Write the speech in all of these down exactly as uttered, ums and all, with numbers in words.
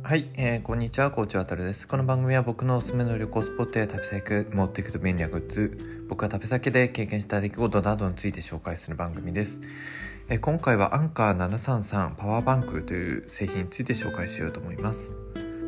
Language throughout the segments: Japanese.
はい、えー、こんにちは、コーチワタルです。この番組は僕のおすすめの旅行スポットや旅先、持っていくと便利なグッズ、僕が旅先で経験した出来事などについて紹介する番組です。えー、今回はアンカーななさんさんパワーバンクという製品について紹介しようと思います。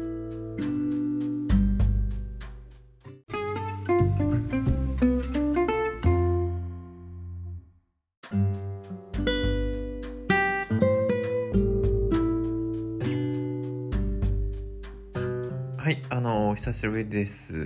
はい、あのお久しぶりです。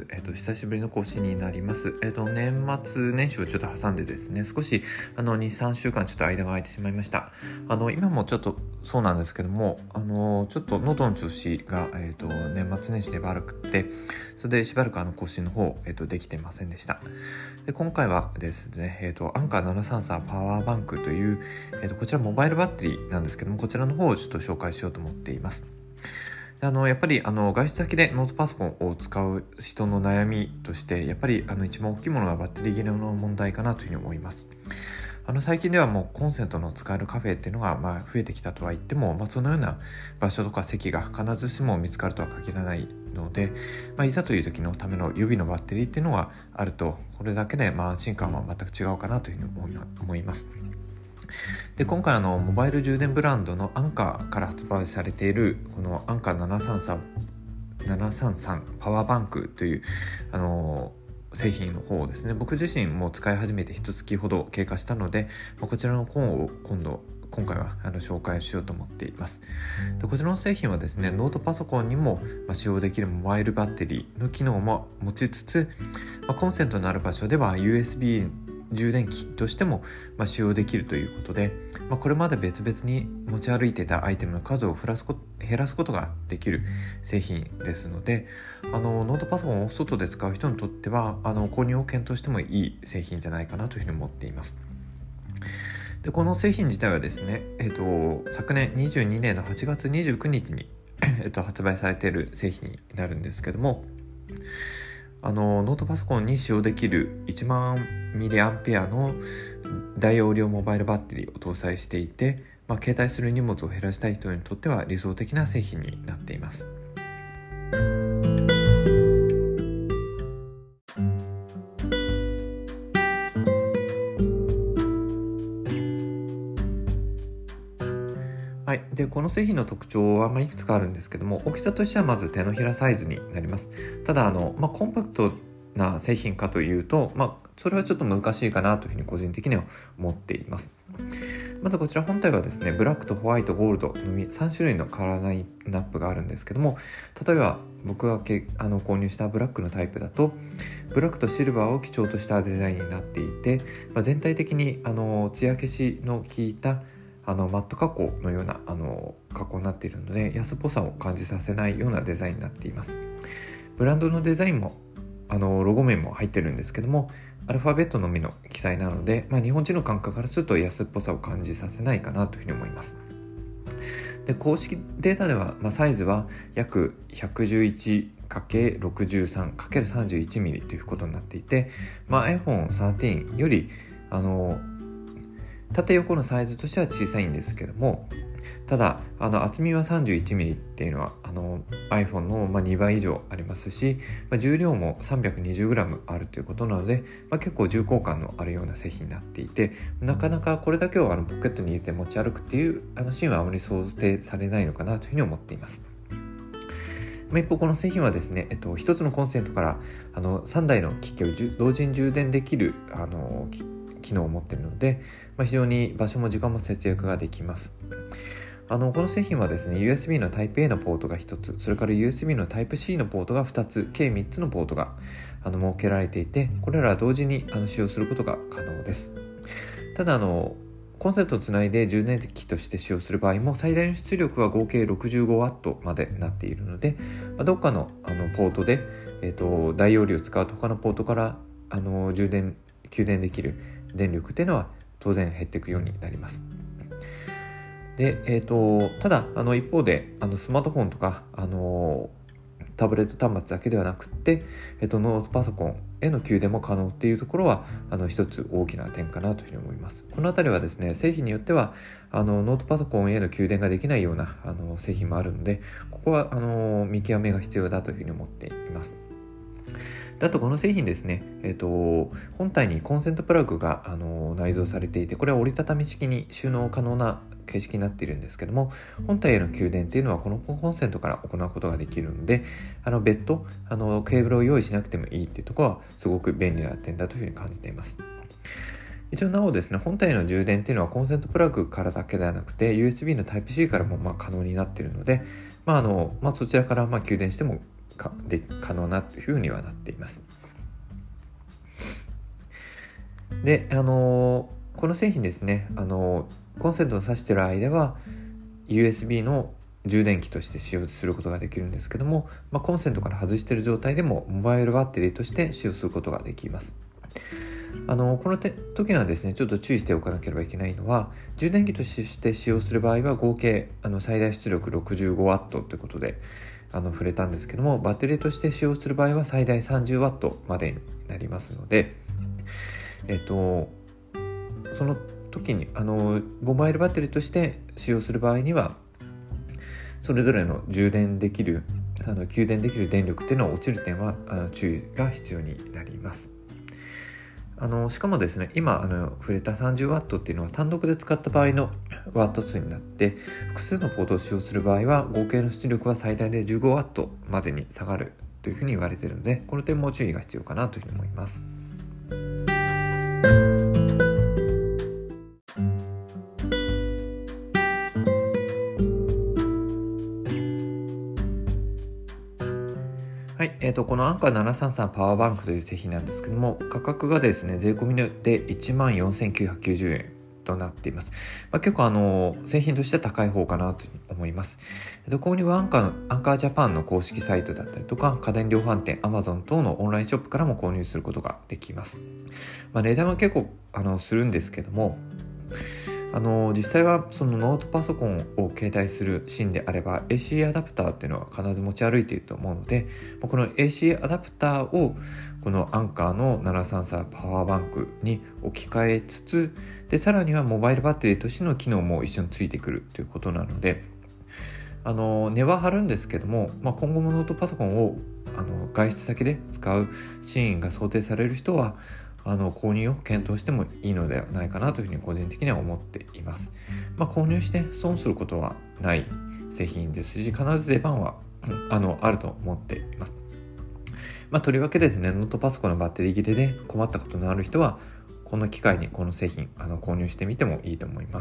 えっと久しぶりの更新になります。えっと年末年始をちょっと挟んでですね、少しあのに、さんしゅうかんちょっと間が空いてしまいました。あの今もちょっとそうなんですけども、あのちょっと喉の調子がえっと年末年始で悪くて、それでしばらくあの更新の方えっとできてませんでした。で今回はですね、えっとアンカーななさんさんパワーバンクというえっとこちらモバイルバッテリーなんですけども、こちらの方をちょっと紹介しようと思っています。あのやっぱりあの外出先でノートパソコンを使う人の悩みとしてやっぱりあの一番大きいものがバッテリー切れの問題かなというふうに思います。あの最近ではもうコンセントの使えるカフェっていうのがまあ増えてきたとは言っても、まあ、そのような場所とか席が必ずしも見つかるとは限らないので、まあ、いざという時のための予備のバッテリーっていうのがあると、これだけでまあ安心感は全く違うかなというふうに思います。で今回あのモバイル充電ブランドのアンカーから発売されているこのアンカーななさんさんパワーバンクというあの製品の方をですね、僕自身も使い始めて一月ほど経過したので、こちらの本を今度今回はあの紹介しようと思っています。でこちらの製品はですね、ノートパソコンにも使用できるモバイルバッテリーの機能も持ちつつ、コンセントのある場所では ユーエスビー充電器としても使用できるということで、これまで別々に持ち歩いていたアイテムの数を減らすこと減らすことができる製品ですので、あのノートパソコンを外で使う人にとってはあの購入を検討してもいい製品じゃないかなというふうに思っています。でこの製品自体はですね、えー、と昨年にじゅうにねんのはちがつにじゅうくにちに、えー、と発売されている製品になるんですけども、あのノートパソコンに使用できるいちまんミリアンペアの大容量モバイルバッテリーを搭載していて、まあ、携帯する荷物を減らしたい人にとっては理想的な製品になっています。はい、でこの製品の特徴はまあいくつかあるんですけども、大きさとしてはまず手のひらサイズになります。ただあの、まあ、コンパクトな製品かというと、まあ、それはちょっと難しいかなというふうに個人的には思っています。まずこちら本体はですね、ブラックとホワイト、ゴールドのみさんしゅるいのカラーラインナップがあるんですけども、例えば僕がけあの購入したブラックのタイプだとブラックとシルバーを基調としたデザインになっていて、まあ、全体的にあの艶消しの効いたあのマット加工のようなあの加工になっているので、安っぽさを感じさせないようなデザインになっています。ブランドのデザインもあのロゴ面も入ってるんですけども、アルファベットのみの記載なので、まあ、日本人の感覚からすると安っぽさを感じさせないかなというふうに思います。で公式データでは、まあ、サイズは約 ひゃくじゅういちかけるろくじゅうさんかけるさんじゅういちミリということになっていて、まあ、アイフォンサーティーン よりあの縦横のサイズとしては小さいんですけども、ただあの厚みは さんじゅういちミリ っていうのはあの iPhone のまあにばい以上ありますし、まあ、重量も さんびゃくにじゅうグラム あるということなので、まあ、結構重厚感のあるような製品になっていて、なかなかこれだけをあのポケットに入れて持ち歩くっていうあのシーンはあまり想定されないのかなというふうに思っています。まあ、一方この製品はですね、えっと、一つのコンセントからあのさんだいの機器を同時に充電できるあの機能を持っているので、まあ、非常に場所も時間も節約ができます。あのこの製品はですね ユーエスビー のタイプ A のポートがひとつ、それから ユーエスビー のタイプ C のポートがふたつ、計みっつのポートがあの設けられていて、これら同時にあの使用することが可能です。ただあのコンセントをつないで充電器として使用する場合も最大の出力は合計 ろくじゅうごワット までなっているので、まあ、どっかの、あのポートで、えーと、大容量を使うと他のポートからあの充電給電できる電力っていうのは当然減っていくようになります。で、えーと、ただあの一方であのスマートフォンとかあのタブレット端末だけではなくて、えっと、ノートパソコンへの給電も可能っていうところはあの一つ大きな点かなというふうに思います。このあたりはですね、製品によってはあのノートパソコンへの給電ができないようなあの製品もあるので、ここはあの見極めが必要だというふうに思っています。あとこの製品ですね、えーと、本体にコンセントプラグが、あの内蔵されていて、これは折りたたみ式に収納可能な形式になっているんですけども、本体への給電っていうのはこのコンセントから行うことができるので、あの別途あのケーブルを用意しなくてもいいっていうところはすごく便利な点だというふうに感じています。一応なおですね、本体への充電っていうのはコンセントプラグからだけではなくて ユーエスビー の タイプシー からもまあ可能になっているので、まああのまあ、そちらからまあ給電してもかで可能なというふうにはなっています。で、あのー、この製品ですね、あのー、コンセントを挿している間は ユーエスビー の充電器として使用することができるんですけども、まあ、コンセントから外している状態でもモバイルバッテリーとして使用することができます。あのー、この時はですね、ちょっと注意しておかなければいけないのは、充電器として使用する場合は合計あの最大出力 ろくじゅうごワット ということであの触れたんですけども、バッテリーとして使用する場合は最大 さんじゅうワット までになりますので、えっと、その時にあのモバイルバッテリーとして使用する場合には、それぞれの充電できるあの給電できる電力っていうのは落ちる点はあの注意が必要になります。あのしかもですね、今あの触れた さんじゅうワット っていうのは単独で使った場合のワット数になって、複数のポートを使用する場合は合計の出力は最大で じゅうごワット までに下がるというふうに言われているので、この点も注意が必要かなというふうに思います。はい、えーと、このアンカーななさんさんパワーバンクという製品なんですけども、価格がですね、税込みで いちまんよんせんきゅうひゃくきゅうじゅうえんとなっています。まあ、結構あの製品としては高い方かなと思います。えーと、購入はアンカーのアンカージャパンの公式サイトだったりとか、家電量販店 Amazon 等のオンラインショップからも購入することができます。まあ、値段は結構あのするんですけども、あの実際はそのノートパソコンを携帯するシーンであれば エーシー アダプターっていうのは必ず持ち歩いていると思うので、この エーシー アダプターをこのアンカーのななさんさんパワーバンクに置き換えつつ、でさらにはモバイルバッテリーとしての機能も一緒についてくるということなので、あの値は張るんですけども、まあ、今後もノートパソコンをあの外出先で使うシーンが想定される人はあの購入を検討してもいいのではないかなというふうに個人的には思っています。まあ、購入して損することはない製品ですし、必ず出番はあのあると思っています。まあ、とりわけですね、ノートパソコンのバッテリー切れで困ったことのある人は、この機会にこの製品あの購入してみてもいいと思います。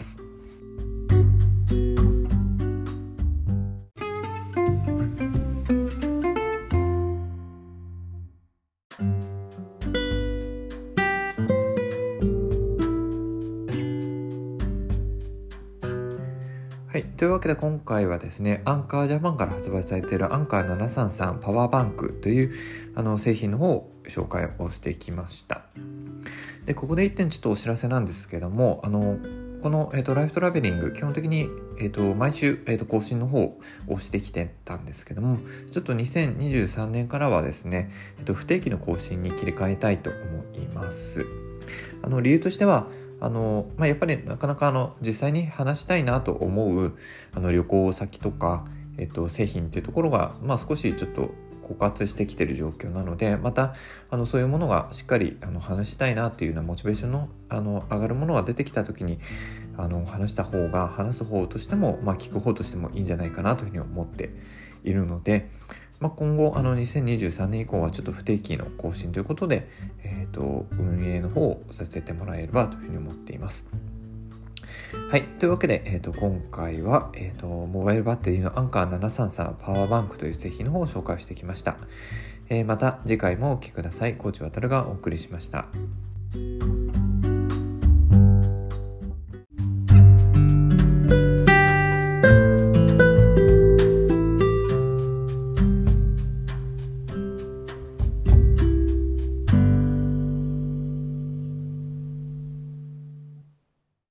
はい、というわけで今回はですね、アンカージャパンから発売されているアンカーななさんさんパワーバンクというあの製品の方を紹介をしてきました。で、ここでいってんちょっとお知らせなんですけども、あのこの、えーと、ライフトラベリング基本的に、えーと、毎週、えーと、更新の方をしてきてたんですけども、ちょっとにせんにじゅうさんねんからはですね、えーと、不定期の更新に切り替えたいと思います。あの理由としてはあの、まあ、やっぱりなかなかあの実際に話したいなと思うあの旅行先とか、えっと、製品っていうところが、まあ、少しちょっと枯渇してきている状況なので、またあのそういうものがしっかりあの話したいなっていうようなモチベーションの、あの上がるものが出てきた時にあの話した方が話す方としても、まあ、聞く方としてもいいんじゃないかなというふうに思っているので、まあ、今後あのにせんにじゅうさんねん以降はちょっと不定期の更新ということで、えーと、運営の方をさせてもらえればというふうに思っています。はい、というわけで、えーと、今回は、えーと、モバイルバッテリーのアンカーななさんさんパワーバンクという製品の方を紹介してきました。えー、また次回もお聞きください。コーチ渡るがお送りしました。